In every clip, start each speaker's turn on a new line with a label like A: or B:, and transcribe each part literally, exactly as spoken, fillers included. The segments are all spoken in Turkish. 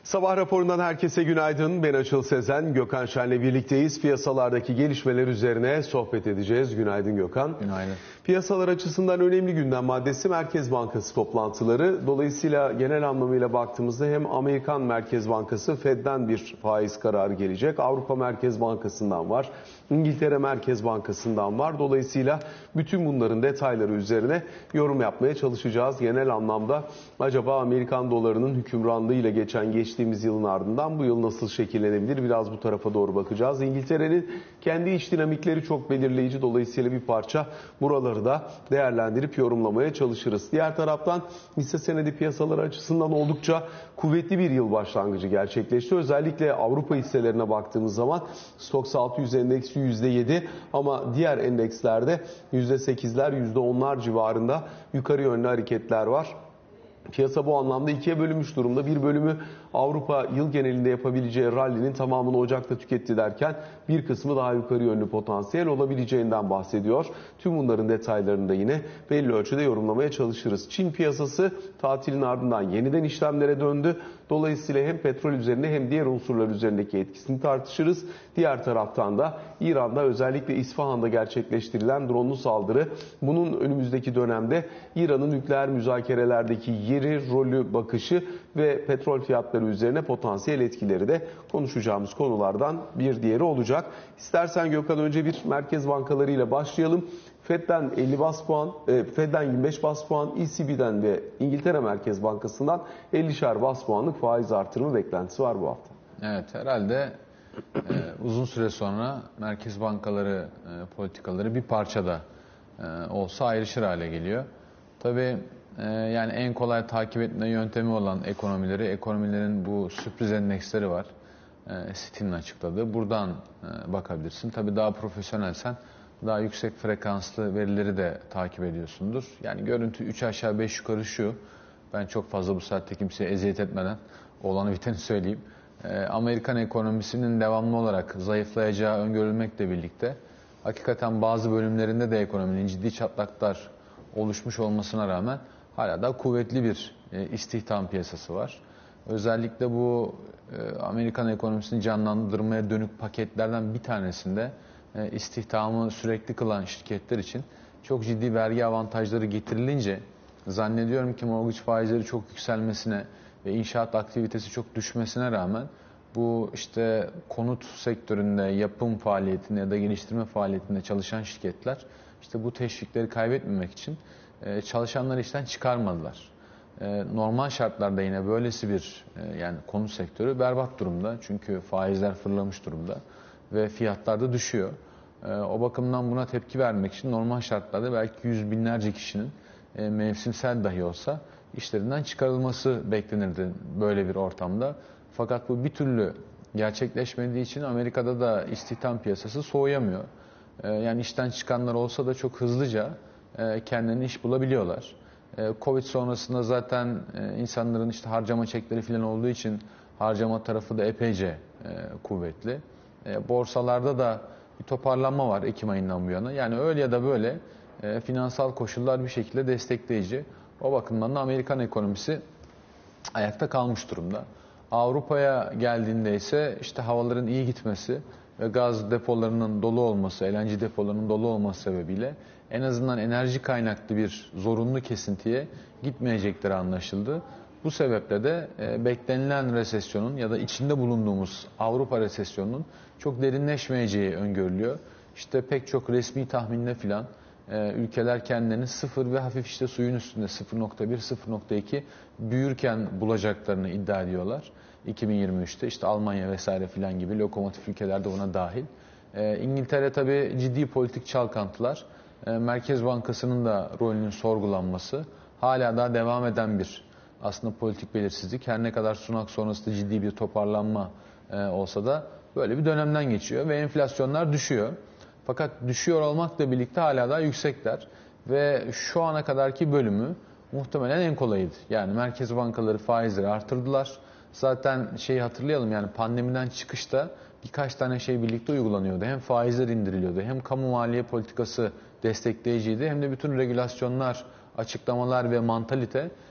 A: Sabah raporundan herkese günaydın. Ben Açıl Sezen, Gökhan Şen'le birlikteyiz. Piyasalardaki gelişmeler üzerine sohbet edeceğiz. Günaydın Gökhan.
B: Günaydın.
A: Piyasalar açısından önemli gündem maddesi Merkez Bankası toplantıları. Dolayısıyla genel anlamıyla baktığımızda hem Amerikan Merkez Bankası Fed'den bir faiz kararı gelecek. Avrupa Merkez Bankası'ndan var. İngiltere Merkez Bankası'ndan var. Dolayısıyla bütün bunların detayları üzerine yorum yapmaya çalışacağız. Genel anlamda acaba Amerikan dolarının hükümranlığı ile geçen geçtiğimiz yılın ardından bu yıl nasıl şekillenebilir? Biraz bu tarafa doğru bakacağız. İngiltere'nin kendi iç dinamikleri çok belirleyici. Dolayısıyla bir parça buraları da değerlendirip yorumlamaya çalışırız. Diğer taraftan hisse senedi piyasaları açısından oldukça kuvvetli bir yıl başlangıcı gerçekleşti. Özellikle Avrupa hisselerine baktığımız zaman Stoxx altı yüz endeksi yüzde yedi ama diğer endekslerde yüzde sekizler, yüzde onlar civarında yukarı yönlü hareketler var. Piyasa bu anlamda ikiye bölünmüş durumda. Bir bölümü Avrupa yıl genelinde yapabileceği rallinin tamamını Ocak'ta tüketti derken bir kısmı daha yukarı yönlü potansiyel olabileceğinden bahsediyor. Tüm bunların detaylarını da yine belli ölçüde yorumlamaya çalışırız. Çin piyasası tatilin ardından yeniden işlemlere döndü. Dolayısıyla hem petrol üzerine hem diğer unsurlar üzerindeki etkisini tartışırız. Diğer taraftan da İran'da özellikle İsfahan'da gerçekleştirilen dronlu saldırı, bunun önümüzdeki dönemde İran'ın nükleer müzakerelerdeki yeri, rolü, bakışı ve petrol fiyatları üzerine potansiyel etkileri de konuşacağımız konulardan bir diğeri olacak. İstersen Gökhan önce bir merkez bankaları ile başlayalım. Fed'den elli bas puan, Fed'den yirmi beş bas puan, E C B'den ve İngiltere Merkez Bankası'ndan ellişer bas puanlık faiz artırımı beklentisi var bu hafta.
B: Evet, herhalde e, uzun süre sonra merkez bankaları e, politikaları bir parçada e, olsa ayrışır hale geliyor. Tabii e, yani en kolay takip etme yöntemi olan ekonomileri, ekonomilerin bu sürpriz endeksleri var. E, Citi'nin açıkladığı. Buradan e, bakabilirsin. Tabii daha profesyonelsen daha yüksek frekanslı verileri de takip ediyorsundur. Yani görüntü üç aşağı beş yukarı şu. Ben çok fazla bu saatte kimseye eziyet etmeden olanı biteni söyleyeyim. Ee, Amerikan ekonomisinin devamlı olarak zayıflayacağı öngörülmekle birlikte hakikaten bazı bölümlerinde de ekonominin ciddi çatlaklar oluşmuş olmasına rağmen hala da kuvvetli bir e, istihdam piyasası var. Özellikle bu e, Amerikan ekonomisini canlandırmaya dönük paketlerden bir tanesinde e, istihdamı sürekli kılan şirketler için çok ciddi vergi avantajları getirilince zannediyorum ki mortgage faizleri çok yükselmesine ve inşaat aktivitesi çok düşmesine rağmen bu işte konut sektöründe, yapım faaliyetinde ya da geliştirme faaliyetinde çalışan şirketler işte bu teşvikleri kaybetmemek için e, çalışanları işten çıkarmadılar. E, normal şartlarda yine böylesi bir e, yani konut sektörü berbat durumda. Çünkü faizler fırlamış durumda ve fiyatlar da düşüyor. E, o bakımdan buna tepki vermek için normal şartlarda belki yüz binlerce kişinin e, mevsimsel dahi olsa işlerinden çıkarılması beklenirdi böyle bir ortamda. Fakat bu bir türlü gerçekleşmediği için Amerika'da da istihdam piyasası soğuyamıyor. Ee, yani işten çıkanlar olsa da çok hızlıca e, kendilerine iş bulabiliyorlar. E, Covid sonrasında zaten e, insanların işte harcama çekleri falan olduğu için harcama tarafı da epeyce e, kuvvetli. E, borsalarda da bir toparlanma var Ekim ayından bu yana. Yani öyle ya da böyle e, finansal koşullar bir şekilde destekleyici. O bakımdan da Amerikan ekonomisi ayakta kalmış durumda. Avrupa'ya geldiğinde ise işte havaların iyi gitmesi ve gaz depolarının dolu olması, L N G depolarının dolu olması sebebiyle en azından enerji kaynaklı bir zorunlu kesintiye gitmeyecekleri anlaşıldı. Bu sebeple de e, beklenilen resesyonun ya da içinde bulunduğumuz Avrupa resesyonunun çok derinleşmeyeceği öngörülüyor. İşte pek çok resmi tahminle filan Ee, ülkeler kendilerini sıfır ve hafif işte suyun üstünde sıfır nokta bir sıfır nokta iki büyürken bulacaklarını iddia ediyorlar. iki bin yirmi üçte işte Almanya vesaire filan gibi lokomotif ülkeler de buna dahil. Ee, İngiltere tabii ciddi politik çalkantılar. Ee, Merkez Bankası'nın da rolünün sorgulanması hala daha devam eden bir aslında politik belirsizlik. Her ne kadar Sunak sonrasında ciddi bir toparlanma e, olsa da böyle bir dönemden geçiyor ve enflasyonlar düşüyor. Fakat düşüyor olmakla birlikte hala daha yüksekler ve şu ana kadarki bölümü muhtemelen en kolayıydı. Yani merkez bankaları faizleri artırdılar. Zaten şeyi hatırlayalım, yani pandemiden çıkışta birkaç tane şey birlikte uygulanıyordu. Hem faizler indiriliyordu, hem kamu maliye politikası destekleyiciydi, hem de bütün regülasyonlar, açıklamalar ve mantalite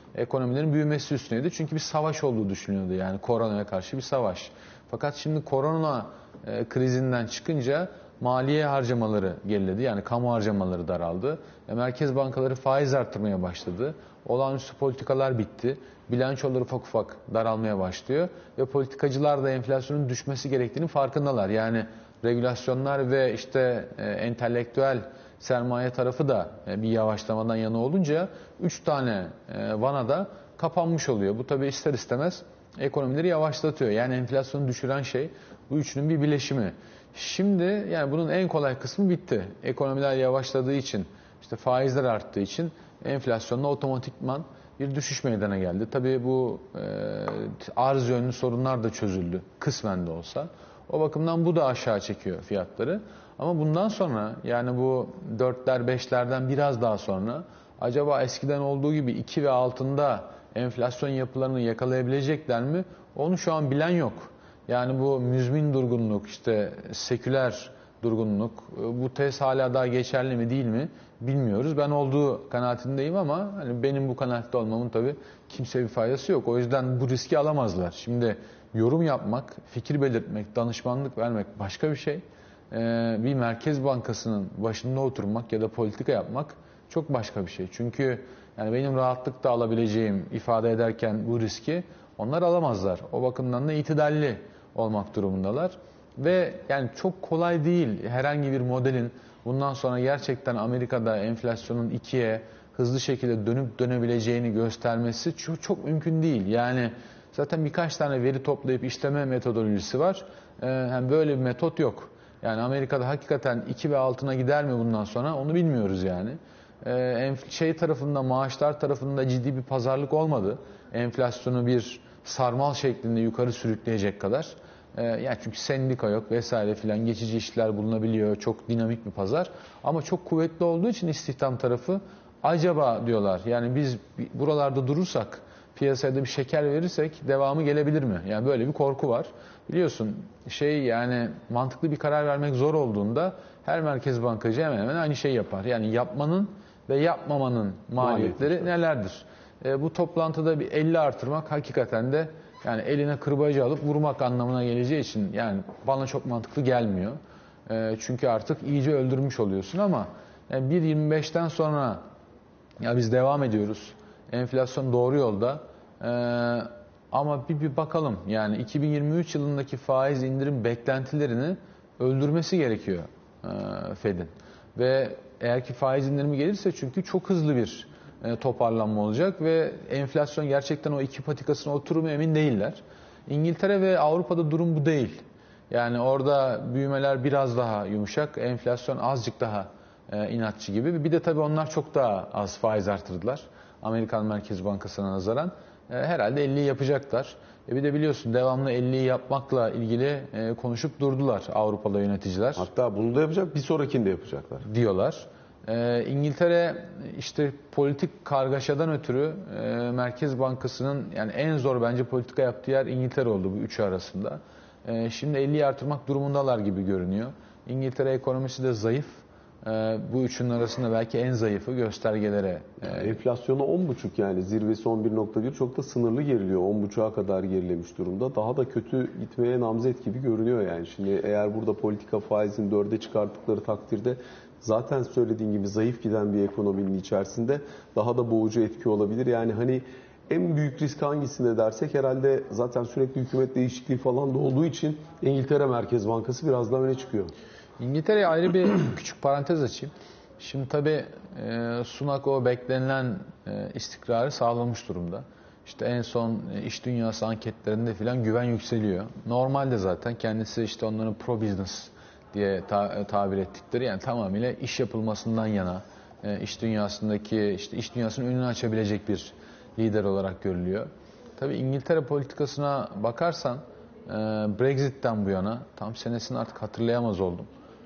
B: ekonomilerin büyümesi üstüneydi. Çünkü bir savaş olduğu düşünülüyordu, yani koronaya karşı bir savaş. Fakat şimdi korona e, krizinden çıkınca maliye harcamaları geriledi. Yani kamu harcamaları daraldı. E, merkez bankaları faiz arttırmaya başladı. Olağanüstü politikalar bitti. Bilançoları ufak ufak daralmaya başlıyor. Ve politikacılar da enflasyonun düşmesi gerektiğini farkındalar. Yani regülasyonlar ve işte e, entelektüel sermaye tarafı da e, bir yavaşlamadan yana olunca üç tane e, vanada kapanmış oluyor. Bu tabii ister istemez ekonomileri yavaşlatıyor. Yani enflasyonu düşüren şey bu üçünün bir bileşimi. Şimdi yani bunun en kolay kısmı bitti. Ekonomiler yavaşladığı için, işte faizler arttığı için enflasyonda otomatikman bir düşüş meydana geldi. Tabii bu e, arz yönlü sorunlar da çözüldü. Kısmen de olsa. O bakımdan bu da aşağı çekiyor fiyatları. Ama bundan sonra yani bu dörtler beşlerden biraz daha sonra acaba eskiden olduğu gibi iki ve altında enflasyon yapılarını yakalayabilecekler mi? Onu şu an bilen yok. Yani bu müzmin durgunluk, işte seküler durgunluk, bu tez hala daha geçerli mi değil mi bilmiyoruz. Ben olduğu kanaatindeyim ama hani benim bu kanaatte olmamın tabii kimseye bir faydası yok. O yüzden bu riski alamazlar. Şimdi yorum yapmak, fikir belirtmek, danışmanlık vermek başka bir şey. Ee, bir merkez bankasının başında oturmak ya da politika yapmak çok başka bir şey. Çünkü yani benim rahatlıkla alabileceğim ifade ederken bu riski onlar alamazlar. O bakımdan da itidalli olmak durumundalar. Ve yani çok kolay değil herhangi bir modelin bundan sonra gerçekten Amerika'da enflasyonun ikiye hızlı şekilde dönüp dönebileceğini göstermesi çok, çok mümkün değil. Yani zaten birkaç tane veri toplayıp işleme metodolojisi var. Ee, yani böyle bir metot yok. Yani Amerika'da hakikaten iki ve altına gider mi bundan sonra onu bilmiyoruz yani. Ee, şey tarafında, maaşlar tarafında ciddi bir pazarlık olmadı. Enflasyonu bir sarmal şeklinde yukarı sürükleyecek kadar. Ee, yani çünkü sendika yok vesaire filan, geçici işler bulunabiliyor. Çok dinamik bir pazar. Ama çok kuvvetli olduğu için istihdam tarafı acaba diyorlar. Yani biz buralarda durursak, piyasaya da bir şeker verirsek devamı gelebilir mi? Yani böyle bir korku var. Biliyorsun şey yani mantıklı bir karar vermek zor olduğunda her merkez bankacı hemen hemen aynı şeyi yapar. Yani yapmanın ve yapmamanın maliyetleri Maliyet nelerdir? E, bu toplantıda bir elli artırmak hakikaten de yani eline kırbacı alıp vurmak anlamına geleceği için yani bana çok mantıklı gelmiyor. E, çünkü artık iyice öldürmüş oluyorsun ama yani bir virgül yirmi beşten sonra ya biz devam ediyoruz. Enflasyon doğru yolda. E, ama bir, bir bakalım yani iki bin yirmi üç yılındaki faiz indirim beklentilerini öldürmesi gerekiyor e, Fed'in. Ve eğer ki faiz indirimi gelirse çünkü çok hızlı bir e, toparlanma olacak ve enflasyon gerçekten o iki patikasına oturur mu emin değiller. İngiltere ve Avrupa'da durum bu değil. Yani orada büyümeler biraz daha yumuşak, enflasyon azıcık daha e, inatçı gibi. Bir de tabii onlar çok daha az faiz artırdılar. Amerikan Merkez Bankası'na nazaran. E, herhalde elliyi yapacaklar. E bir de biliyorsun devamlı elliyi yapmakla ilgili e, konuşup durdular Avrupalı yöneticiler.
A: Hatta bunu da yapacak, bir sonrakini de yapacaklar
B: diyorlar. E, İngiltere işte politik kargaşadan ötürü e, Merkez Bankası'nın yani en zor bence politika yaptığı yer İngiltere oldu bu üçü arasında. E, şimdi elliyi artırmak durumundalar gibi görünüyor. İngiltere ekonomisi de zayıf. E, bu üçünün arasında belki en zayıfı göstergelere. E,
A: Enflasyonu on buçuk yani zirvesi on bir nokta bir çok da sınırlı geriliyor. on buçuğa kadar gerilemiş durumda. Daha da kötü gitmeye namzet gibi görünüyor yani. Şimdi eğer burada politika faizini dörde çıkarttıkları takdirde zaten söylediğin gibi zayıf giden bir ekonominin içerisinde daha da boğucu etki olabilir. Yani hani en büyük risk hangisinde dersek herhalde zaten sürekli hükümet değişikliği falan da olduğu için İngiltere Merkez Bankası biraz daha öne çıkıyor.
B: İngiltere'ye ayrı bir küçük parantez açayım. Şimdi tabii e, Sunak o beklenilen e, istikrarı sağlamış durumda. İşte en son e, iş dünyası anketlerinde filan güven yükseliyor. Normalde zaten kendisi işte onların pro business diye ta, tabir ettikleri yani tamamıyla iş yapılmasından yana e, iş dünyasındaki işte iş dünyasının önünü açabilecek bir lider olarak görülüyor. Tabii İngiltere politikasına bakarsan e, Brexit'ten bu yana tam senesini artık hatırlayamaz oldum.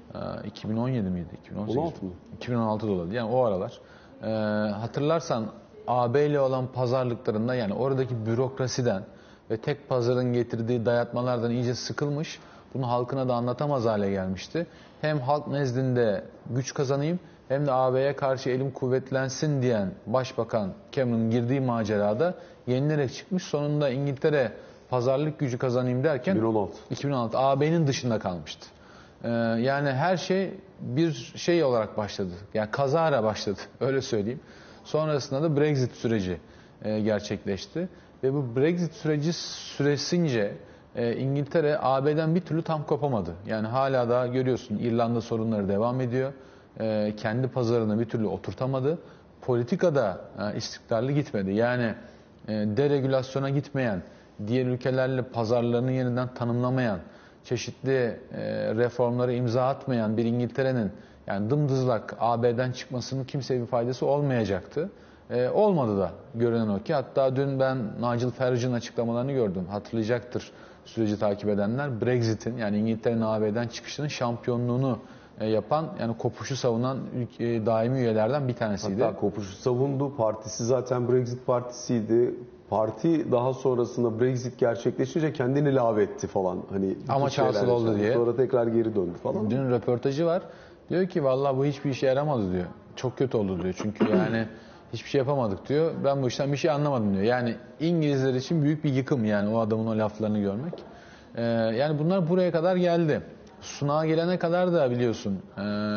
B: iki bin on yedi miydi? iki bin on sekiz
A: on altı mı?
B: iki bin on altı dolardı. Yani o aralar. Ee, hatırlarsan A B ile olan pazarlıklarında yani oradaki bürokrasiden ve tek pazarın getirdiği dayatmalardan iyice sıkılmış. Bunu halkına da anlatamaz hale gelmişti. Hem halk nezdinde güç kazanayım hem de A B'ye karşı elim kuvvetlensin diyen Başbakan Cameron'ın girdiği macerada yenilerek çıkmış. Sonunda İngiltere pazarlık gücü kazanayım derken
A: iki bin on altı
B: iki bin on altı A B'nin dışında kalmıştı. Ee, yani her şey bir şey olarak başladı. Yani kazara başladı öyle söyleyeyim. Sonrasında da Brexit süreci e, gerçekleşti. Ve bu Brexit süreci süresince e, İngiltere A B'den bir türlü tam kopamadı. Yani hala da görüyorsun İrlanda sorunları devam ediyor. E, kendi pazarını bir türlü oturtamadı. Politikada e, istikrarlı gitmedi. Yani e, deregülasyona gitmeyen, diğer ülkelerle pazarlarını yeniden tanımlamayan, çeşitli e, reformları imza atmayan bir İngiltere'nin yani dımdızlak A B'den çıkmasının kimseye bir faydası olmayacaktı. E, olmadı da görünen o ki. Hatta dün ben Nigel Farage'ın açıklamalarını gördüm. Hatırlayacaktır süreci takip edenler. Brexit'in yani İngiltere'nin A B'den çıkışının şampiyonluğunu e, yapan yani kopuşu savunan ülke, daimi üyelerden bir tanesiydi.
A: Hatta kopuşu savundu. Partisi zaten Brexit partisiydi. Parti daha sonrasında Brexit gerçekleşince kendini ilave etti falan. Hani
B: amaç hasıl oldu diye.
A: Sonra tekrar geri döndü falan.
B: Dün röportajı var. Diyor ki vallahi bu hiçbir işe yaramadı diyor. Çok kötü oldu diyor. Çünkü yani hiçbir şey yapamadık diyor. Ben bu işten bir şey anlamadım diyor. Yani İngilizler için büyük bir yıkım yani o adamın o laflarını görmek. Ee, yani bunlar buraya kadar geldi. Sunağa gelene kadar da biliyorsun e,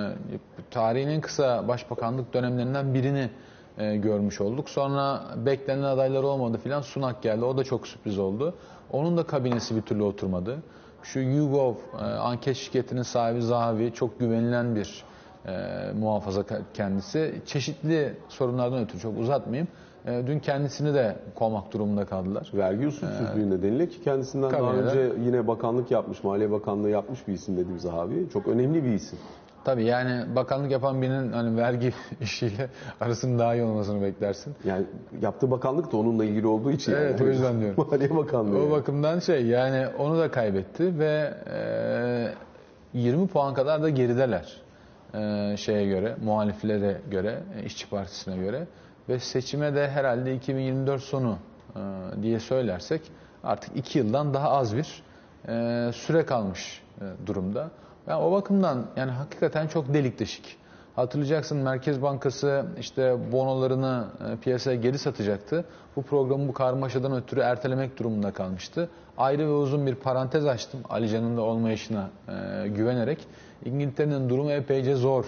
B: tarihin en kısa başbakanlık dönemlerinden birini e, görmüş olduk. Sonra beklenen adaylar olmadı filan, Sunak geldi. O da çok sürpriz oldu. Onun da kabinesi bir türlü oturmadı. Şu YouGov e, anket şirketinin sahibi Zahavi çok güvenilen bir e, muhafazakar kendisi. Çeşitli sorunlardan ötürü çok uzatmayayım. E, dün kendisini de kovmak durumunda kaldılar.
A: Vergi usulsüzlüğü ee, nedeniyle ki kendisinden daha önce yine bakanlık yapmış, Maliye Bakanlığı yapmış bir isim dediğim Zahavi. Çok önemli bir isim.
B: Tabii yani bakanlık yapan birinin hani vergi işiyle arasının daha iyi olmasını beklersin.
A: Yani yaptığı bakanlık da onunla ilgili olduğu için.
B: Evet
A: yani.
B: o yüzden diyorum.
A: Maliye Bakanlığı.
B: O
A: yani.
B: bakımdan şey yani onu da kaybetti ve e, yirmi puan kadar da gerideler e, şeye göre, muhaliflere göre, İşçi Partisi'ne göre ve seçime de herhalde iki bin yirmi dört sonu e, diye söylersek artık iki yıldan daha az bir e, süre kalmış e, durumda. Yani o bakımdan yani hakikaten çok delik deşik. Hatırlayacaksın Merkez Bankası işte bonolarını e, piyasaya geri satacaktı. Bu programı bu karmaşadan ötürü ertelemek durumunda kalmıştı. Ayrı ve uzun bir parantez açtım Ali Can'ın da olmayışına e, güvenerek. İngiltere'nin durumu epeyce zor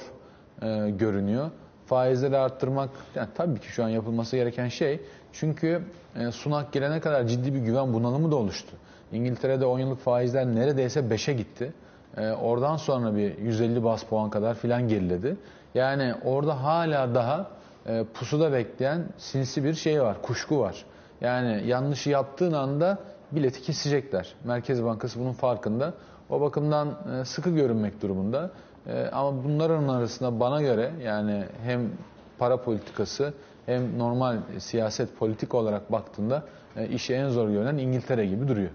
B: e, görünüyor. Faizleri arttırmak yani tabii ki şu an yapılması gereken şey. Çünkü e, Sunak gelene kadar ciddi bir güven bunalımı da oluştu. İngiltere'de on yıllık faizler neredeyse beşe gitti. E, oradan sonra bir yüz elli bas puan kadar filan geriledi. Yani orada hala daha e, pusuda bekleyen sinsi bir şey var, kuşku var. Yani yanlışı yaptığın anda bileti kesecekler. Merkez Bankası bunun farkında. O bakımdan e, sıkı görünmek durumunda. E, ama bunların arasında bana göre yani hem para politikası hem normal siyaset politik olarak baktığında e, işi en zor görünen İngiltere gibi duruyor.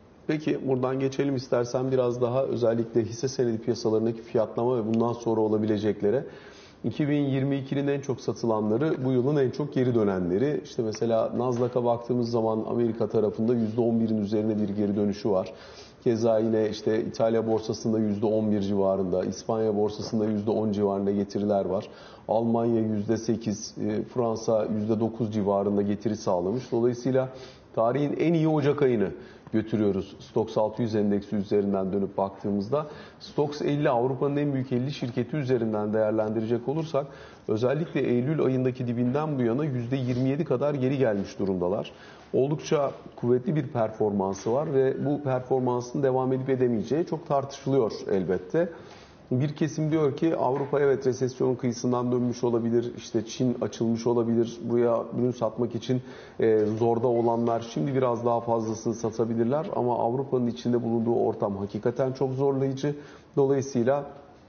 A: Peki buradan geçelim istersen biraz daha özellikle hisse senedi piyasalarındaki fiyatlama ve bundan sonra olabileceklere. iki bin yirmi ikinin en çok satılanları, bu yılın en çok geri dönenleri. İşte mesela Nasdaq'a baktığımız zaman Amerika tarafında yüzde on birin üzerine bir geri dönüşü var. Keza yine işte İtalya borsasında yüzde on bir civarında, İspanya borsasında yüzde on civarında getiriler var. Almanya yüzde sekiz, Fransa yüzde dokuz civarında getiri sağlamış. Dolayısıyla tarihin en iyi Ocak ayını götürüyoruz. Stoxx altı yüz endeksi üzerinden dönüp baktığımızda Stoxx elli Avrupa'nın en büyük elli şirketi üzerinden değerlendirecek olursak özellikle Eylül ayındaki dibinden bu yana yüzde yirmi yedi kadar geri gelmiş durumdalar. Oldukça kuvvetli bir performansı var ve bu performansın devam edip edemeyeceği çok tartışılıyor elbette. Bir kesim diyor ki Avrupa evet resesyonun kıyısından dönmüş olabilir, işte Çin açılmış olabilir, buraya ürün satmak için e, zorda olanlar şimdi biraz daha fazlasını satabilirler ama Avrupa'nın içinde bulunduğu ortam hakikaten çok zorlayıcı. Dolayısıyla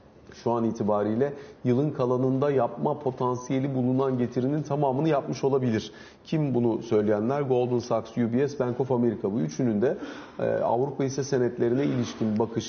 A: şu an itibariyle yılın kalanında yapma potansiyeli bulunan getirinin tamamını yapmış olabilir. Kim bunu söyleyenler? Goldman Sachs, U B S, Bank of America. Bu üçünün de e, Avrupa hisse senetlerine ilişkin bakışı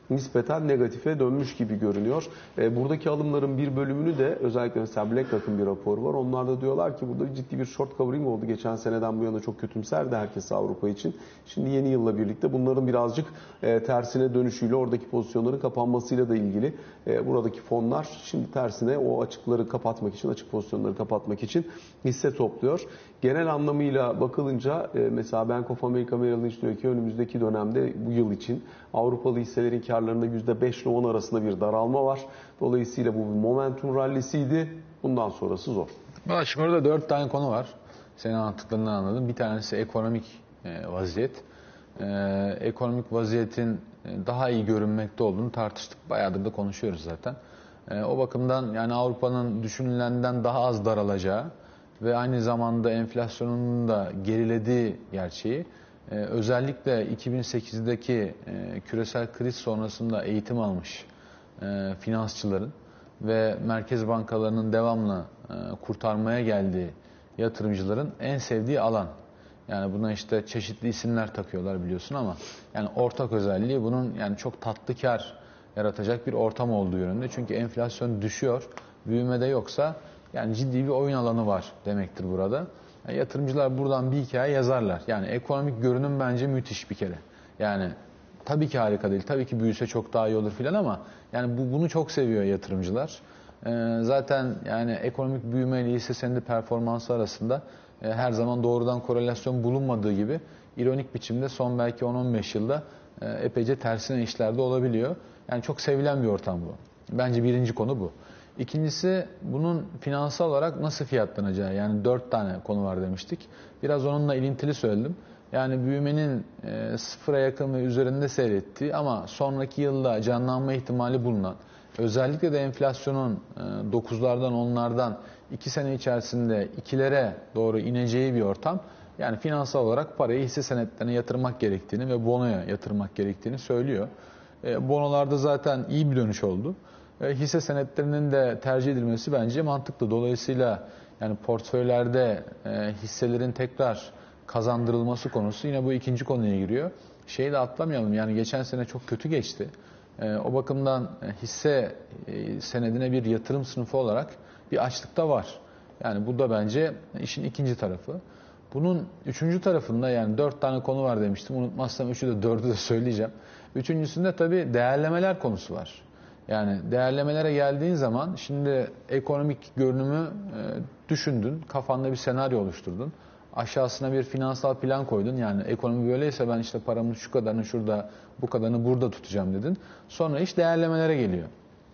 A: nispeten negatife dönmüş gibi görünüyor. E, buradaki alımların bir bölümünü de özellikle mesela BlackRock'ın bir raporu var. Onlar da diyorlar ki burada ciddi bir short covering oldu. Geçen seneden bu yana çok kötümserdi herkes Avrupa için. Şimdi yeni yılla birlikte bunların birazcık e, tersine dönüşüyle oradaki pozisyonların kapanmasıyla da ilgili e, buradaki fonlar şimdi tersine o açıkları kapatmak için, açık pozisyonları kapatmak için hisse topluyor. Genel anlamıyla bakılınca e, mesela Bank of America Merrill Lynch diyor ki önümüzdeki dönemde bu yıl için Avrupalı hisselerin karlarında yüzde beş ile on arasında bir daralma var. Dolayısıyla bu bir momentum rallisiydi. Bundan sonrası zor.
B: Şimdi orada dört tane konu var. Senin anlattıklarından anladım. Bir tanesi ekonomik e, vaziyet. E, ekonomik vaziyetin daha iyi görünmekte olduğunu tartıştık. Bayağıdır da konuşuyoruz zaten. E, o bakımdan yani Avrupa'nın düşünülenden daha az daralacağı ve aynı zamanda enflasyonun da gerilediği gerçeği, e, özellikle iki bin sekizdeki e, küresel kriz sonrasında eğitim almış e, finansçıların ve merkez bankalarının devamlı e, kurtarmaya geldiği yatırımcıların en sevdiği alan. Yani buna işte çeşitli isimler takıyorlar biliyorsun ama yani ortak özelliği bunun yani çok tatlı kar yaratacak bir ortam olduğu yönünde. Çünkü enflasyon düşüyor, büyüme de yoksa yani ciddi bir oyun alanı var demektir burada. Yani yatırımcılar buradan bir hikaye yazarlar. Yani ekonomik görünüm bence müthiş bir kere. Yani tabii ki harika değil, tabii ki büyüse çok daha iyi olur filan ama yani bu, bunu çok seviyor yatırımcılar. Ee, zaten yani ekonomik büyüme ile hisse senedi performansı arasında e, her zaman doğrudan korelasyon bulunmadığı gibi ironik biçimde son belki on on beş yılda e, epeyce tersine işlerde olabiliyor. Yani çok sevilen bir ortam bu. Bence birinci konu bu. İkincisi bunun finansal olarak nasıl fiyatlanacağı. Yani dört tane konu var demiştik. Biraz onunla ilintili söyledim. Yani büyümenin e, sıfıra yakın ve üzerinde seyrettiği ama sonraki yılda canlanma ihtimali bulunan, özellikle de enflasyonun e, dokuzlardan onlardan iki sene içerisinde ikilere doğru ineceği bir ortam. Yani finansal olarak parayı hisse senetlerine yatırmak gerektiğini ve bonoya yatırmak gerektiğini söylüyor. E, bonolarda zaten iyi bir dönüş oldu. E, hisse senetlerinin de tercih edilmesi bence mantıklı. Dolayısıyla yani portföylerde e, hisselerin tekrar kazandırılması konusu yine bu ikinci konuya giriyor. Şeyi de atlamayalım, yani geçen sene çok kötü geçti. E, o bakımdan hisse e, senedine bir yatırım sınıfı olarak bir açlık da var. Yani bu da bence işin ikinci tarafı. Bunun üçüncü tarafında yani dört tane konu var demiştim. Unutmazsam üçü de dördü de söyleyeceğim. Üçüncüsünde tabii değerlemeler konusu var. Yani değerlemelere geldiğin zaman şimdi ekonomik görünümü e, düşündün, kafanda bir senaryo oluşturdun. Aşağısına bir finansal plan koydun. Yani ekonomi böyleyse ben işte paramın şu kadarını şurada, bu kadarını burada tutacağım dedin. Sonra iş değerlemelere geliyor.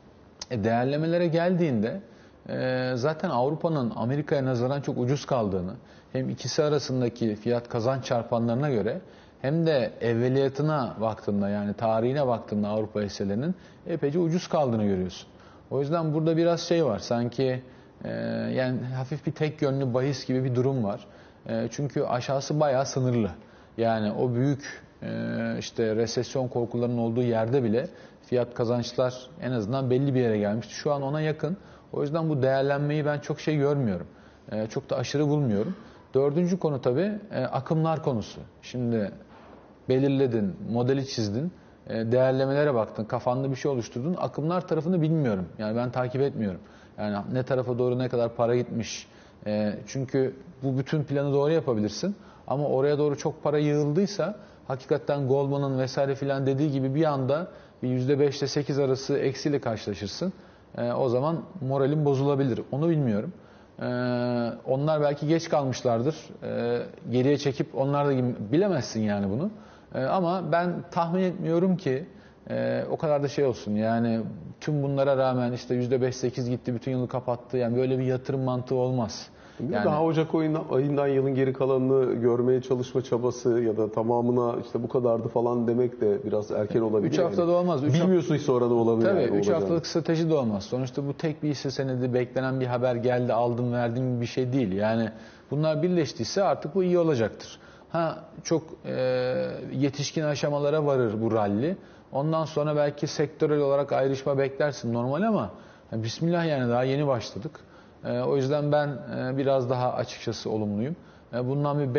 B: E, değerlemelere geldiğinde e, zaten Avrupa'nın Amerika'ya nazaran çok ucuz kaldığını, hem ikisi arasındaki fiyat kazanç çarpanlarına göre hem de evveliyatına baktığında, yani tarihine baktığında Avrupa hisselerinin epeyce ucuz kaldığını görüyorsun. O yüzden burada biraz şey var, sanki e, yani hafif bir tek yönlü bahis gibi bir durum var. E, çünkü aşağısı bayağı sınırlı. Yani o büyük e, işte resesyon korkularının olduğu yerde bile fiyat kazançlar en azından belli bir yere gelmişti. Şu an ona yakın. O yüzden bu değerlenmeyi ben çok şey görmüyorum. E, çok da aşırı bulmuyorum. Dördüncü konu tabii e, akımlar konusu. Şimdi belirledin, modeli çizdin, e, değerlemelere baktın, kafanda bir şey oluşturdun. Akımlar tarafını bilmiyorum. Yani ben takip etmiyorum. Yani ne tarafa doğru ne kadar para gitmiş. E, çünkü bu bütün planı doğru yapabilirsin. Ama oraya doğru çok para yığıldıysa hakikaten Goldman'ın vesaire filan dediği gibi bir anda bir yüzde beş ile sekiz arası eksiyle karşılaşırsın. E, o zaman moralin bozulabilir. Onu bilmiyorum. Ee, onlar belki geç kalmışlardır. Ee, geriye çekip onlar da bilemezsin yani bunu. Ee, ama ben tahmin etmiyorum ki e, o kadar da şey olsun. Yani tüm bunlara rağmen işte yüzde beş sekiz gitti, bütün yılı kapattı. Yani böyle bir yatırım mantığı olmaz.
A: Yani, daha Ocak ayından yılın geri kalanını görmeye çalışma çabası ya da tamamına işte bu kadardı falan demek de biraz erken olabilir.
B: üç haftada
A: yani.
B: olmaz. Üç
A: Bilmiyorsun hiç sonra da olabilir.
B: Tabii
A: yani,
B: üç haftalık strateji de olmaz. Sonuçta bu tek bir hisse senedi, beklenen bir haber geldi, aldım verdim gibi bir şey değil. Yani bunlar birleştiyse artık bu iyi olacaktır. Ha çok e, yetişkin aşamalara varır bu ralli. Ondan sonra belki sektörel olarak ayrışma beklersin normal ama ya bismillah yani daha yeni başladık. E, o yüzden ben e, biraz daha açıkçası olumluyum. E, bundan bir beş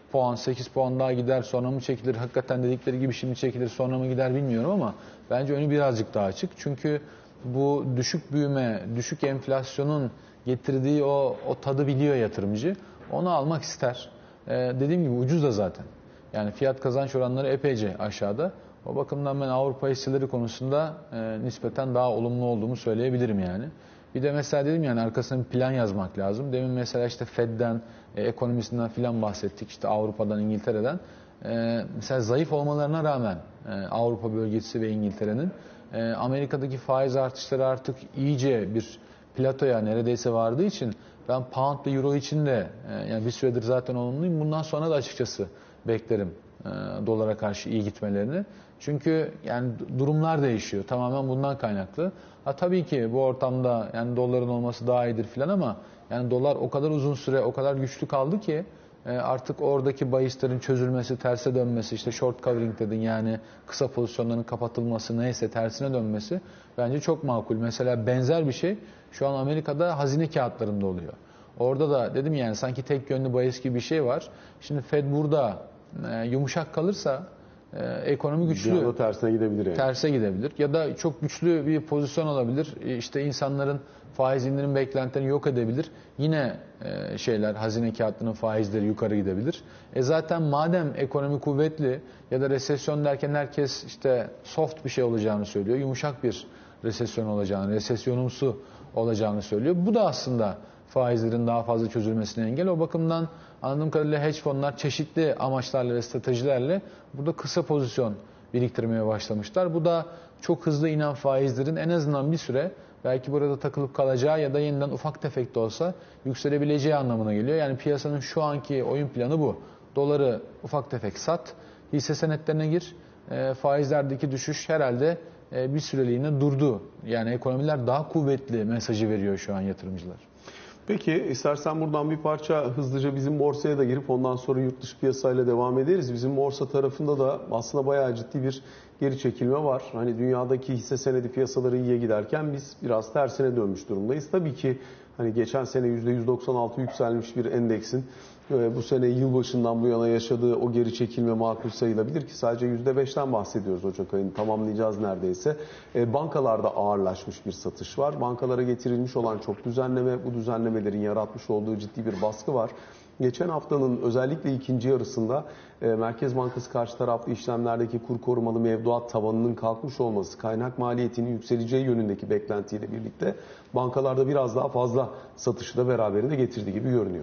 B: puan, sekiz puan daha gider, sonra mı çekilir? Hakikaten dedikleri gibi şimdi çekilir, sonra mı gider bilmiyorum ama bence önü birazcık daha açık. Çünkü bu düşük büyüme, düşük enflasyonun getirdiği o, o tadı biliyor yatırımcı. Onu almak ister. Ee, dediğim gibi ucuz da zaten. Yani fiyat kazanç oranları epeyce aşağıda. O bakımdan ben Avrupa hisseleri konusunda e, nispeten daha olumlu olduğumu söyleyebilirim yani. Bir de mesela dedim yani arkasına bir plan yazmak lazım. Demin mesela işte Fed'den, e, ekonomisinden filan bahsettik. İşte Avrupa'dan, İngiltere'den. E, mesela zayıf olmalarına rağmen e, Avrupa bölgesi ve İngiltere'nin e, Amerika'daki faiz artışları artık iyice bir platoya neredeyse vardığı için ben pound ve euro için de e, yani bir süredir zaten olumluyum. Bundan sonra da açıkçası beklerim e, dolara karşı iyi gitmelerini. Çünkü yani durumlar değişiyor. Tamamen bundan kaynaklı. Ha tabii ki bu ortamda yani doların olması daha iyidir filan ama yani dolar o kadar uzun süre o kadar güçlü kaldı ki e, artık oradaki bahislerin çözülmesi, terse dönmesi, işte short covering dedin yani kısa pozisyonların kapatılması neyse tersine dönmesi bence çok makul. Mesela benzer bir şey şu an Amerika'da hazine kağıtlarında oluyor. Orada da dedim yani sanki tek yönlü bahis gibi bir şey var. Şimdi Fed burada e, yumuşak kalırsa e, ekonomi güçlü.
A: Bir anda tersine gidebilir yani.
B: Terse gidebilir. Ya da çok güçlü bir pozisyon olabilir. E, işte insanların faiz indirim beklentilerini yok edebilir. Yine e, şeyler hazine kağıtlarının faizleri yukarı gidebilir. E zaten madem ekonomi kuvvetli ya da resesyon derken herkes işte soft bir şey olacağını söylüyor. Yumuşak bir resesyon olacağını, resesyonumsu olacağını söylüyor. Bu da aslında faizlerin daha fazla çözülmesine engel. O bakımdan anladığım kadarıyla hedge fonlar çeşitli amaçlarla ve stratejilerle burada kısa pozisyon biriktirmeye başlamışlar. Bu da çok hızlı inen faizlerin en azından bir süre belki burada takılıp kalacağı ya da yeniden ufak tefek de olsa yükselebileceği anlamına geliyor. Yani piyasanın şu anki oyun planı bu. Doları ufak tefek sat, hisse senetlerine gir. E, faizlerdeki düşüş herhalde e, bir süreliğine durdu. Yani ekonomiler daha kuvvetli mesajı veriyor şu an yatırımcılar.
A: Peki istersen buradan bir parça hızlıca bizim borsaya da girip ondan sonra yurt dışı piyasayla devam ederiz. Bizim borsa tarafında da aslında bayağı ciddi bir geri çekilme var. Hani dünyadaki hisse senedi piyasaları iyiye giderken biz biraz tersine dönmüş durumdayız. Tabii ki hani geçen sene yüzde yüz doksan altı yükselmiş bir endeksin bu sene yılbaşından bu yana yaşadığı o geri çekilme makul sayılabilir ki sadece yüzde beşten bahsediyoruz Ocak ayını tamamlayacağız neredeyse. Bankalarda ağırlaşmış bir satış var. Bankalara getirilmiş olan çok düzenleme, bu düzenlemelerin yaratmış olduğu ciddi bir baskı var. Geçen haftanın özellikle ikinci yarısında Merkez Bankası karşı taraflı işlemlerdeki kur korumalı mevduat tavanının kalkmış olması, kaynak maliyetinin yükseleceği yönündeki beklentiyle birlikte bankalarda biraz daha fazla satışı da beraberinde getirdiği gibi görünüyor.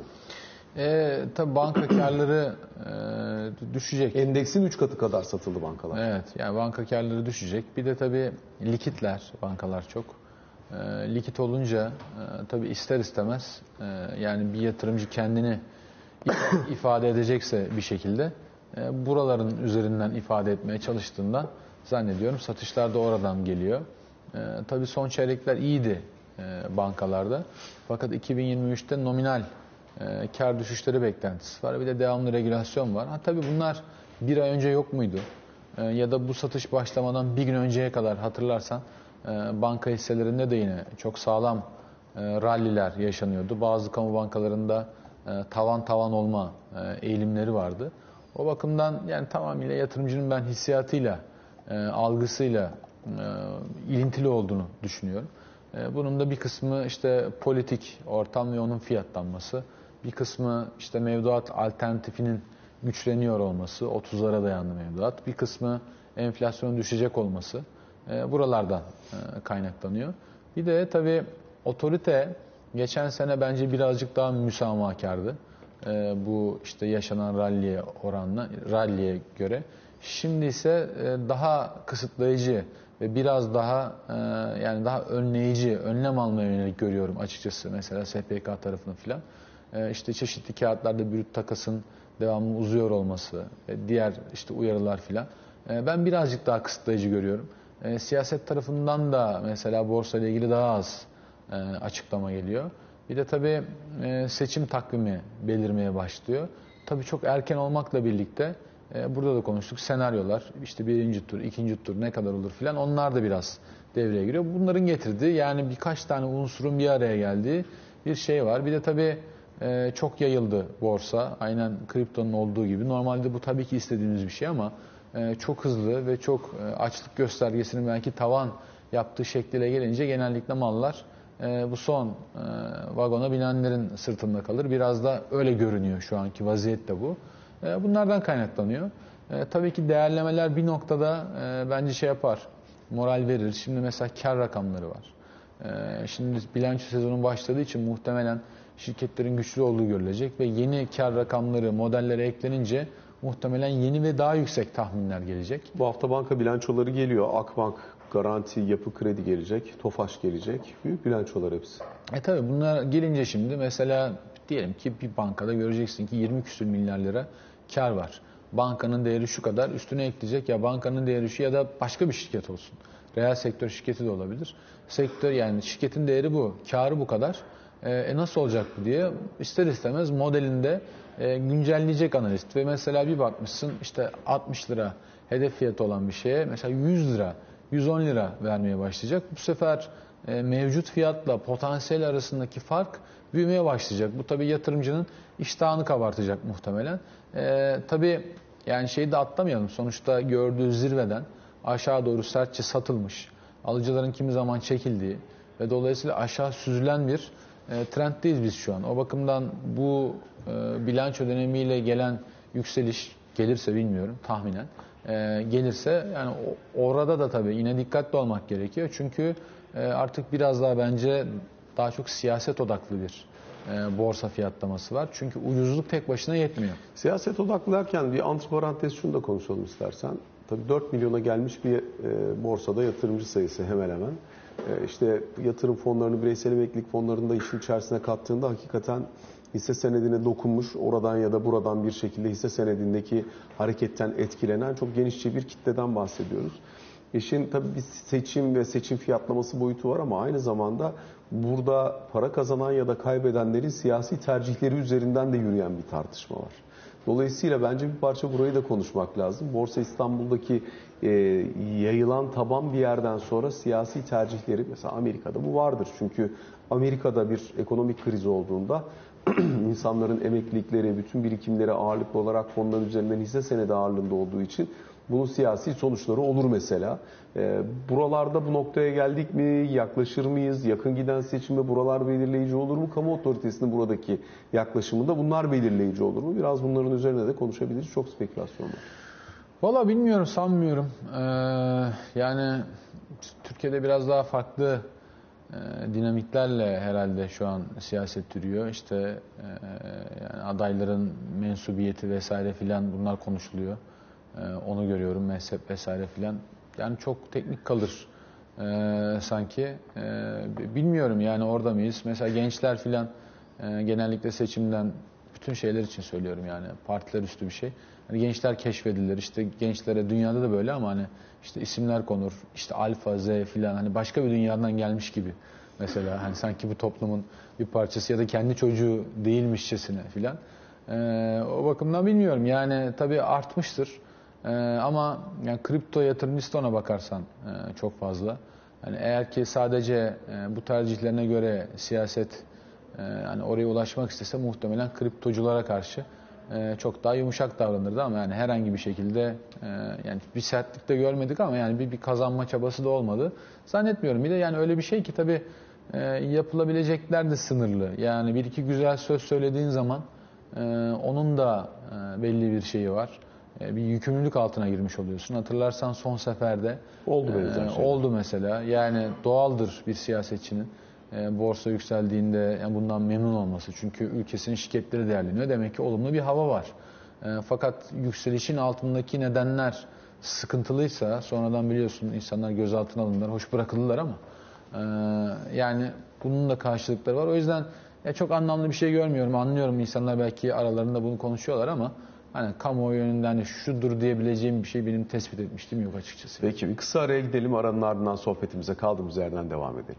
B: E, tabii banka karları e, düşecek.
A: Endeksin üç katı kadar satıldı bankalar.
B: Evet, yani banka karları düşecek. Bir de tabii likitler, bankalar çok. E, likit olunca e, tabii ister istemez e, yani bir yatırımcı kendini ifade edecekse bir şekilde e, buraların üzerinden ifade etmeye çalıştığında zannediyorum satışlar da oradan geliyor. E, tabii son çeyrekler iyiydi e, bankalarda. Fakat iki bin yirmi üçte nominal e, kar düşüşleri beklentisi var. Bir de devamlı regülasyon var. Ha, tabii bunlar bir ay önce yok muydu? E, ya da bu satış başlamadan bir gün önceye kadar hatırlarsan e, banka hisselerinde de yine çok sağlam e, ralliler yaşanıyordu. Bazı kamu bankalarında e, tavan tavan olma e, eğilimleri vardı. O bakımdan yani tamamıyla yatırımcının ben hissiyatıyla, e, algısıyla e, ilintili olduğunu düşünüyorum. E, bunun da bir kısmı işte politik ortam ve onun fiyatlanması. Bir kısmı işte mevduat alternatifinin güçleniyor olması, otuzlara dayandı mevduat. Bir kısmı enflasyonun düşecek olması e, buralardan e, kaynaklanıyor. Bir de tabii otorite geçen sene bence birazcık daha müsamahakardı. E, bu işte yaşanan ralliye oranla, ralliye göre. Şimdi ise e, daha kısıtlayıcı ve biraz daha e, yani daha önleyici, önlem almaya yönelik görüyorum açıkçası. Mesela S P K tarafını filan. E, işte çeşitli kağıtlarda brüt takasın devamlı uzuyor olması, e, diğer işte uyarılar filan. E, ben birazcık daha kısıtlayıcı görüyorum. E, siyaset tarafından da mesela borsa ile ilgili daha az e, açıklama geliyor. Bir de tabii e, seçim takvimi belirmeye başlıyor. Tabii çok erken olmakla birlikte e, burada da konuştuk senaryolar, işte birinci tur, ikinci tur ne kadar olur filan onlar da biraz devreye giriyor. Bunların getirdiği yani birkaç tane unsurun bir araya geldiği bir şey var. Bir de tabii e, çok yayıldı borsa. Aynen kriptonun olduğu gibi. Normalde bu tabii ki istediğimiz bir şey ama e, çok hızlı ve çok e, açlık göstergesinin belki tavan yaptığı şekliyle gelince genellikle mallar e, bu son e, vagona binenlerin sırtında kalır. Biraz da öyle görünüyor şu anki vaziyette bu. E, bunlardan kaynaklanıyor. E, tabii ki değerlemeler bir noktada e, bence şey yapar, moral verir. Şimdi mesela kar rakamları var. E, şimdi bilanço sezonu başladığı için muhtemelen şirketlerin güçlü olduğu görülecek ve yeni kar rakamları modellere eklenince muhtemelen yeni ve daha yüksek tahminler gelecek.
A: Bu hafta banka bilançoları geliyor. Akbank, Garanti, Yapı Kredi gelecek, Tofaş gelecek. Büyük bilançolar hepsi.
B: E tabi bunlar gelince şimdi mesela diyelim ki bir bankada göreceksin ki yirmi küsür milyar lira kar var. Bankanın değeri şu kadar, üstüne ekleyecek ya bankanın değeri şu ya da başka bir şirket olsun. Reel sektör şirketi de olabilir. Sektör yani şirketin değeri bu, karı bu kadar. E nasıl olacak bu diye ister istemez modelinde e, güncelleyecek analist ve mesela bir bakmışsın işte altmış lira hedef fiyatı olan bir şeye mesela yüz lira, yüz on lira vermeye başlayacak. Bu sefer e, mevcut fiyatla potansiyel arasındaki fark büyümeye başlayacak. Bu tabii yatırımcının iştahını kabartacak muhtemelen. E, tabii yani şeyi de atlamayalım. Sonuçta gördüğü zirveden aşağı doğru sertçe satılmış, alıcıların kimi zaman çekildiği ve dolayısıyla aşağı süzülen bir e, trenddeyiz biz şu an. O bakımdan bu e, bilanço dönemiyle gelen yükseliş gelirse bilmiyorum tahminen e, gelirse yani orada da tabii yine dikkatli olmak gerekiyor. Çünkü e, artık biraz daha bence daha çok siyaset odaklı bir e, borsa fiyatlaması var. Çünkü ucuzluk tek başına yetmiyor.
A: Siyaset odaklı derken bir antiparantez şunu da konuşalım istersen. Tabii dört milyona gelmiş bir e, borsada yatırımcı sayısı hemen hemen. E, işte yatırım fonlarını, bireysel emeklilik fonlarını da işin içerisine kattığında hakikaten hisse senedine dokunmuş, oradan ya da buradan bir şekilde hisse senedindeki hareketten etkilenen çok genişçe bir kitleden bahsediyoruz. İşin tabii bir seçim ve seçim fiyatlaması boyutu var ama aynı zamanda burada para kazanan ya da kaybedenlerin siyasi tercihleri üzerinden de yürüyen bir tartışma var. Dolayısıyla bence bir parça burayı da konuşmak lazım. Borsa İstanbul'daki e, yayılan taban bir yerden sonra siyasi tercihleri, mesela Amerika'da bu vardır. Çünkü Amerika'da bir ekonomik kriz olduğunda insanların emeklilikleri, bütün birikimleri ağırlıklı olarak fonlar üzerinden hisse senedi ağırlığında olduğu için bunun siyasi sonuçları olur mesela. E, buralarda bu noktaya geldik mi? Yaklaşır mıyız? Yakın giden seçimde buralar belirleyici olur mu? Kamu otoritesinin buradaki yaklaşımında bunlar belirleyici olur mu? Biraz bunların üzerine de konuşabiliriz. Çok spekülasyon var.
B: Valla bilmiyorum, sanmıyorum. Ee, yani Türkiye'de biraz daha farklı e, dinamiklerle herhalde şu an siyaset yürüyor. İşte e, yani adayların mensubiyeti vesaire filan bunlar konuşuluyor. Onu görüyorum, mezhep vesaire filan. Yani çok teknik kalır ee, sanki. Ee, bilmiyorum yani orada mıyız? Mesela gençler filan e, genellikle seçimden bütün şeyler için söylüyorum yani partiler üstü bir şey. Hani gençler keşfedilir. İşte gençlere dünyada da böyle ama hani işte isimler konur. İşte alfa, Z filan hani başka bir dünyadan gelmiş gibi. Mesela hani sanki bu toplumun bir parçası ya da kendi çocuğu değilmişçesine filan. Ee, o bakımdan bilmiyorum. Yani tabii artmıştır. Ee, ama yani kripto yatırımcısı ona bakarsan e, çok fazla. Yani eğer ki sadece e, bu tercihlerine göre siyaset e, hani oraya ulaşmak istese muhtemelen kriptoculara karşı e, çok daha yumuşak davranırdı ama yani herhangi bir şekilde e, yani bir sertlik de görmedik ama yani bir, bir kazanma çabası da olmadı. Zannetmiyorum. Bir de yani öyle bir şey ki tabii e, yapılabilecekler de sınırlı. Yani bir iki güzel söz söylediğin zaman e, onun da e, belli bir şeyi var. Bir yükümlülük altına girmiş oluyorsun. Hatırlarsan son seferde
A: oldu, benzer
B: e,
A: şey.
B: oldu mesela. Yani doğaldır bir siyasetçinin e, borsa yükseldiğinde yani bundan memnun olması. Çünkü ülkesinin şirketleri değerleniyor. Demek ki olumlu bir hava var. E, fakat yükselişin altındaki nedenler sıkıntılıysa sonradan biliyorsun insanlar gözaltına alınırlar, hoş bırakılırlar ama e, yani bunun da karşılıkları var. O yüzden ya çok anlamlı bir şey görmüyorum. Anlıyorum insanlar belki aralarında bunu konuşuyorlar ama hani kamuoyu yönünden şudur diyebileceğim bir şey benim tespit etmiştim yok açıkçası.
A: Peki bir kısa araya gidelim. Aranın ardından sohbetimize kaldığımız yerden devam edelim.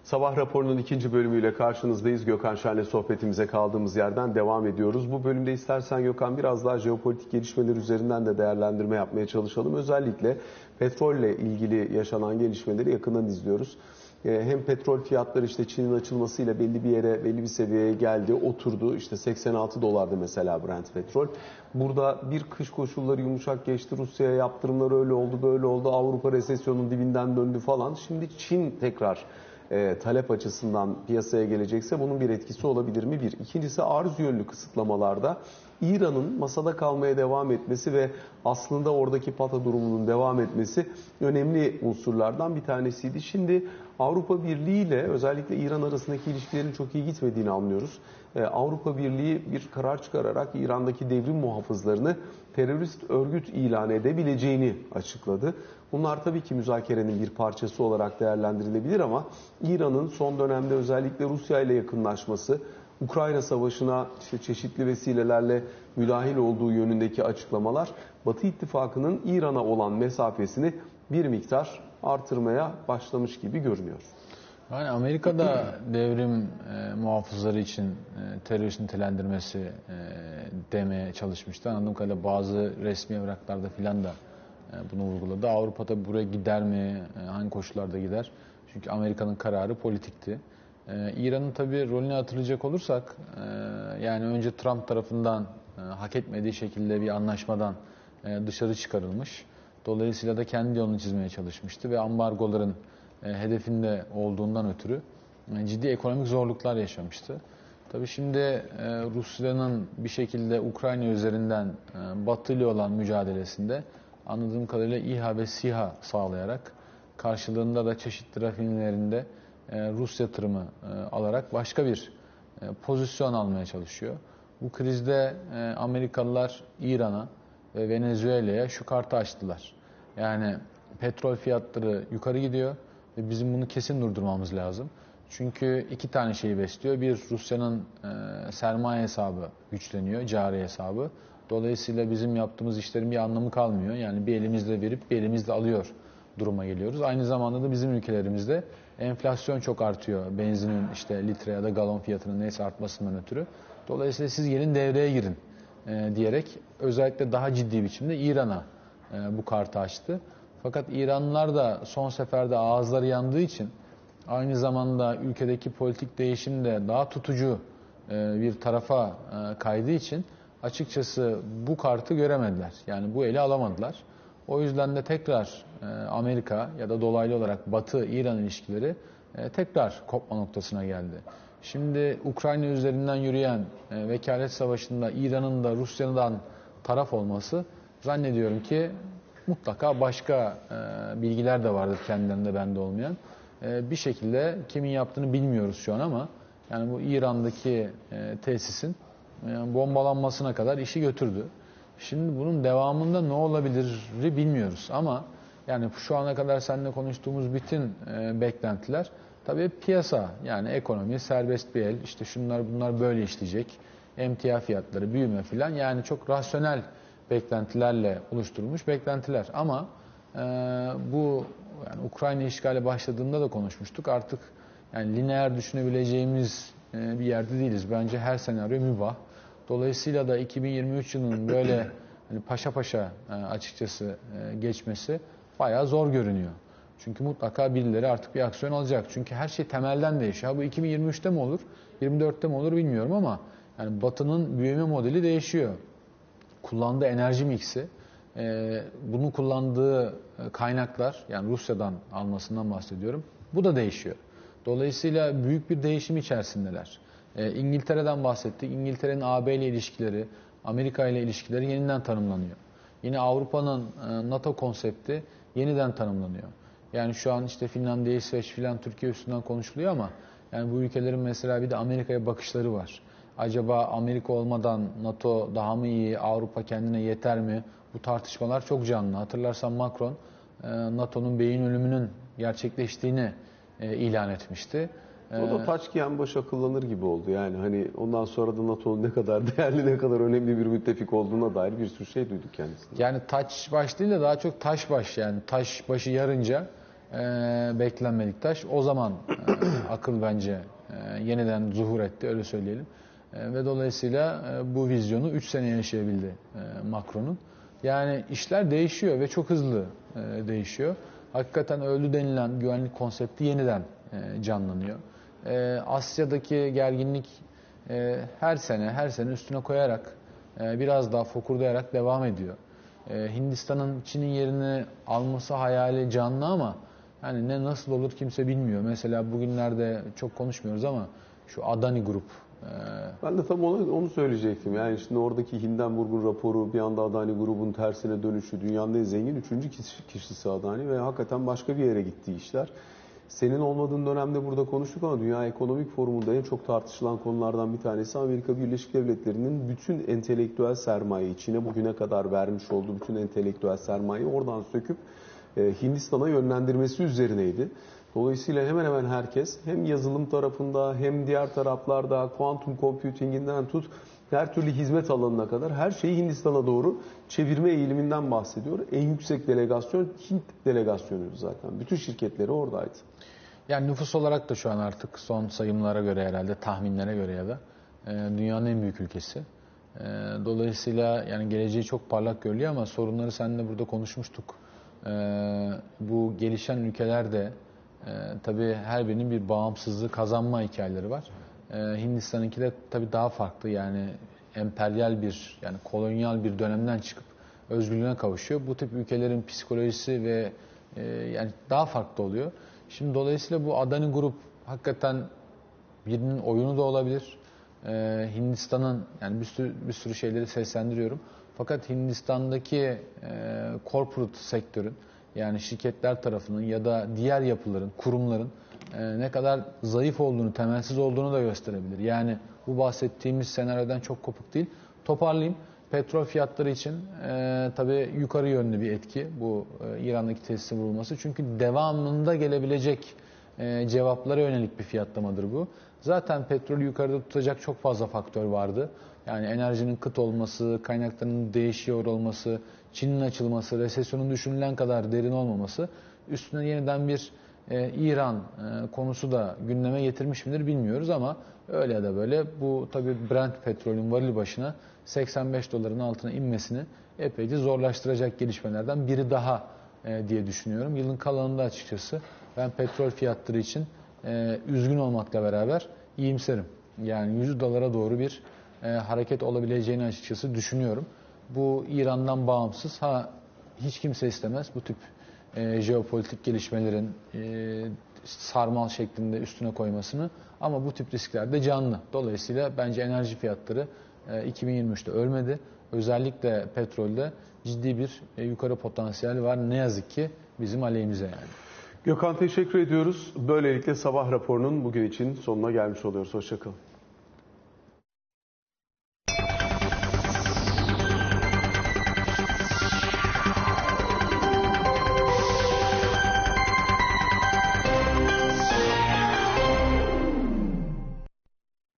A: Sabah raporunun ikinci bölümüyle karşınızdayız. Gökhan Şen'le sohbetimize kaldığımız yerden devam ediyoruz. Bu bölümde istersen Gökhan biraz daha jeopolitik gelişmeler üzerinden de değerlendirme yapmaya çalışalım. Özellikle petrolle ilgili yaşanan gelişmeleri yakından izliyoruz. Hem petrol fiyatları işte Çin'in açılmasıyla belli bir yere, belli bir seviyeye geldi, oturdu. İşte seksen altı dolardı mesela Brent petrol. Burada bir kış koşulları yumuşak geçti. Rusya'ya yaptırımlar öyle oldu, böyle oldu. Avrupa resesyonun dibinden döndü falan. Şimdi Çin tekrar e, talep açısından piyasaya gelecekse bunun bir etkisi olabilir mi? Bir. İkincisi arz yönlü kısıtlamalarda İran'ın masada kalmaya devam etmesi ve aslında oradaki pata durumunun devam etmesi önemli unsurlardan bir tanesiydi. Şimdi Avrupa Birliği ile özellikle İran arasındaki ilişkilerin çok iyi gitmediğini anlıyoruz. Ee, Avrupa Birliği bir karar çıkararak İran'daki devrim muhafızlarını terörist örgüt ilan edebileceğini açıkladı. Bunlar tabii ki müzakerenin bir parçası olarak değerlendirilebilir ama İran'ın son dönemde özellikle Rusya ile yakınlaşması, Ukrayna Savaşı'na işte çeşitli vesilelerle müdahil olduğu yönündeki açıklamalar Batı İttifakı'nın İran'a olan mesafesini bir miktar artırmaya başlamış gibi görünüyor.
B: Yani Amerika'da devrim e, muhafızları için e, terörist nitelendirmesi e, demeye çalışmıştı. Anladığım kadarıyla bazı resmi evraklarda filan da e, bunu vurguladı. Avrupa'da buraya gider mi? E, hangi koşullarda gider? Çünkü Amerika'nın kararı politikti. E, İran'ın tabii rolünü hatırlayacak olursak e, yani önce Trump tarafından e, hak etmediği şekilde bir anlaşmadan e, dışarı çıkarılmış. Dolayısıyla da kendi yolunu çizmeye çalışmıştı ve ambargoların e, hedefinde olduğundan ötürü e, ciddi ekonomik zorluklar yaşamıştı. Tabii şimdi e, Rusya'nın bir şekilde Ukrayna üzerinden e, Batı ile olan mücadelesinde anladığım kadarıyla İHA ve SİHA sağlayarak karşılığında da çeşitli rafinelerinde e, Rus yatırımı e, alarak başka bir e, pozisyon almaya çalışıyor. Bu krizde e, Amerikalılar İran'a ve Venezuela'ya şu kartı açtılar. Yani petrol fiyatları yukarı gidiyor ve bizim bunu kesin durdurmamız lazım. Çünkü iki tane şeyi besliyor. Bir, Rusya'nın e, sermaye hesabı güçleniyor, cari hesabı. Dolayısıyla bizim yaptığımız işlerin bir anlamı kalmıyor. Yani bir elimizle verip bir elimizle alıyor duruma geliyoruz. Aynı zamanda da bizim ülkelerimizde enflasyon çok artıyor. Benzinin işte litre ya da galon fiyatının neyse artmasından ötürü. Dolayısıyla siz gelin devreye girin e, diyerek özellikle daha ciddi biçimde İran'a e, bu kartı açtı. Fakat İranlılar da son seferde ağızları yandığı için aynı zamanda ülkedeki politik değişim de daha tutucu e, bir tarafa e, kaydığı için açıkçası bu kartı göremediler. Yani bu eli alamadılar. O yüzden de tekrar e, Amerika ya da dolaylı olarak Batı-İran ilişkileri e, tekrar kopma noktasına geldi. Şimdi Ukrayna üzerinden yürüyen e, vekalet savaşında İran'ın da Rusya'dan taraf olması zannediyorum ki mutlaka başka e, bilgiler de vardır kendilerinde bende olmayan. E, bir şekilde kimin yaptığını bilmiyoruz şu an ama yani bu İran'daki e, tesisin e, bombalanmasına kadar işi götürdü. Şimdi bunun devamında ne olabilir bilmiyoruz ama yani şu ana kadar seninle konuştuğumuz bütün e, beklentiler tabii piyasa yani ekonomi serbest bir el işte şunlar bunlar böyle işleyecek emtia fiyatları büyüme filan yani çok rasyonel beklentilerle oluşturulmuş beklentiler ama e, bu yani Ukrayna işgali başladığında da konuşmuştuk artık yani lineer düşünebileceğimiz e, bir yerde değiliz bence her senaryo mübah. Dolayısıyla da iki bin yirmi üç yılının böyle hani paşa paşa açıkçası geçmesi bayağı zor görünüyor. Çünkü mutlaka birileri artık bir aksiyon alacak. Çünkü her şey temelden değişiyor. Ha, bu iki bin yirmi üçte mi olur, yirmi dörtte mi olur bilmiyorum ama yani Batı'nın büyüme modeli değişiyor. Kullandığı enerji miksi, bunun kullandığı kaynaklar yani Rusya'dan almasından bahsediyorum. Bu da değişiyor. Dolayısıyla büyük bir değişim içerisindeler. E, İngiltere'den bahsettik. İngiltere'nin A B ile ilişkileri, Amerika ile ilişkileri yeniden tanımlanıyor. Yine Avrupa'nın e, NATO konsepti yeniden tanımlanıyor. Yani şu an işte Finlandiya, İsveç filan Türkiye üstünden konuşuluyor ama yani bu ülkelerin mesela bir de Amerika'ya bakışları var. Acaba Amerika olmadan NATO daha mı iyi, Avrupa kendine yeter mi? Bu tartışmalar çok canlı. Hatırlarsan Macron e, NATO'nun beyin ölümünün gerçekleştiğini e, ilan etmişti.
A: O da taç giyen baş akıllanır gibi oldu. Yani hani ondan sonra da NATO'nun ne kadar değerli, ne kadar önemli bir müttefik olduğuna dair bir sürü şey duyduk kendisinden.
B: Yani taç baş değil de daha çok taş baş yani taş başı yarınca e, beklenmedik taş. O zaman e, akıl bence e, yeniden zuhur etti, öyle söyleyelim. E, ve dolayısıyla e, bu vizyonu üç sene yaşayabildi e, Macron'un. Yani işler değişiyor ve çok hızlı e, değişiyor. Hakikaten öldü denilen güvenlik konsepti yeniden e, canlanıyor. E, Asya'daki gerginlik e, her sene her sene üstüne koyarak e, biraz daha fokurdayarak devam ediyor. E, Hindistan'ın Çin'in yerini alması hayali canlı ama yani ne nasıl olur kimse bilmiyor. Mesela bugünlerde çok konuşmuyoruz ama şu Adani Grup. E,
A: Ben de tam onu, onu söyleyecektim. Yani şimdi oradaki Hindenburg'un raporu, bir anda Adani grubun tersine dönüşü, dünyanın en zengin üçüncü kişisi Adani ve hakikaten başka bir yere gittiği işler. Senin olmadığın dönemde burada konuştuk ama Dünya Ekonomik Forumu'nda en çok tartışılan konulardan bir tanesi Amerika Birleşik Devletleri'nin bütün entelektüel sermayeyi, Çin'e bugüne kadar vermiş olduğu bütün entelektüel sermayeyi oradan söküp Hindistan'a yönlendirmesi üzerineydi. Dolayısıyla hemen hemen herkes hem yazılım tarafında hem diğer taraflarda kuantum computing'inden tut her türlü hizmet alanına kadar her şeyi Hindistan'a doğru çevirme eğiliminden bahsediyor. En yüksek delegasyon Hint delegasyonuydu zaten. Bütün şirketleri oradaydı.
B: Yani nüfus olarak da şu an artık son sayımlara göre herhalde, tahminlere göre ya da dünyanın en büyük ülkesi. Dolayısıyla yani geleceği çok parlak görülüyor ama sorunları seninle burada konuşmuştuk. Bu gelişen ülkelerde e, tabii her birinin bir bağımsızlığı kazanma hikayeleri var. E, Hindistan'ınki de tabii daha farklı, yani emperyal bir, yani kolonyal bir dönemden çıkıp özgürlüğüne kavuşuyor. Bu tip ülkelerin psikolojisi ve e, yani daha farklı oluyor. Şimdi dolayısıyla bu Adani Grup hakikaten birinin oyunu da olabilir. E, Hindistan'ın, yani bir sürü, bir sürü şeyleri seslendiriyorum. Fakat Hindistan'daki e, corporate sektörün, yani şirketler tarafının ya da diğer yapıların, kurumların e, ne kadar zayıf olduğunu, temelsiz olduğunu da gösterebilir. Yani bu bahsettiğimiz senaryodan çok kopuk değil. Toparlayayım. Petrol fiyatları için e, tabii yukarı yönlü bir etki bu e, İran'daki tesisin vurulması. Çünkü devamında gelebilecek e, cevaplara yönelik bir fiyatlamadır bu. Zaten petrolü yukarıda tutacak çok fazla faktör vardı. Yani enerjinin kıt olması, kaynaklarının değişiyor olması, Çin'in açılması, resesyonun düşünülen kadar derin olmaması, üstüne yeniden bir e, İran e, konusu da gündeme getirmiş midir bilmiyoruz ama öyle ya da böyle bu tabii Brent petrolün varil başına seksen beş doların altına inmesini epeyce zorlaştıracak gelişmelerden biri daha e, diye düşünüyorum. Yılın kalanında açıkçası ben petrol fiyatları için e, üzgün olmakla beraber iyimserim. Yani yüz dolara doğru bir e, hareket olabileceğini açıkçası düşünüyorum. Bu İran'dan bağımsız. Ha, hiç kimse istemez bu tip e, jeopolitik gelişmelerin e, sarmal şeklinde üstüne koymasını. Ama bu tip riskler de canlı. Dolayısıyla bence enerji fiyatları e, iki bin yirmi üçte ölmedi. Özellikle petrolde ciddi bir e, yukarı potansiyel var. Ne yazık ki bizim aleyhimize yani.
A: Gökhan, teşekkür ediyoruz. Böylelikle sabah raporunun bugün için sonuna gelmiş oluyoruz. Hoşça kalın.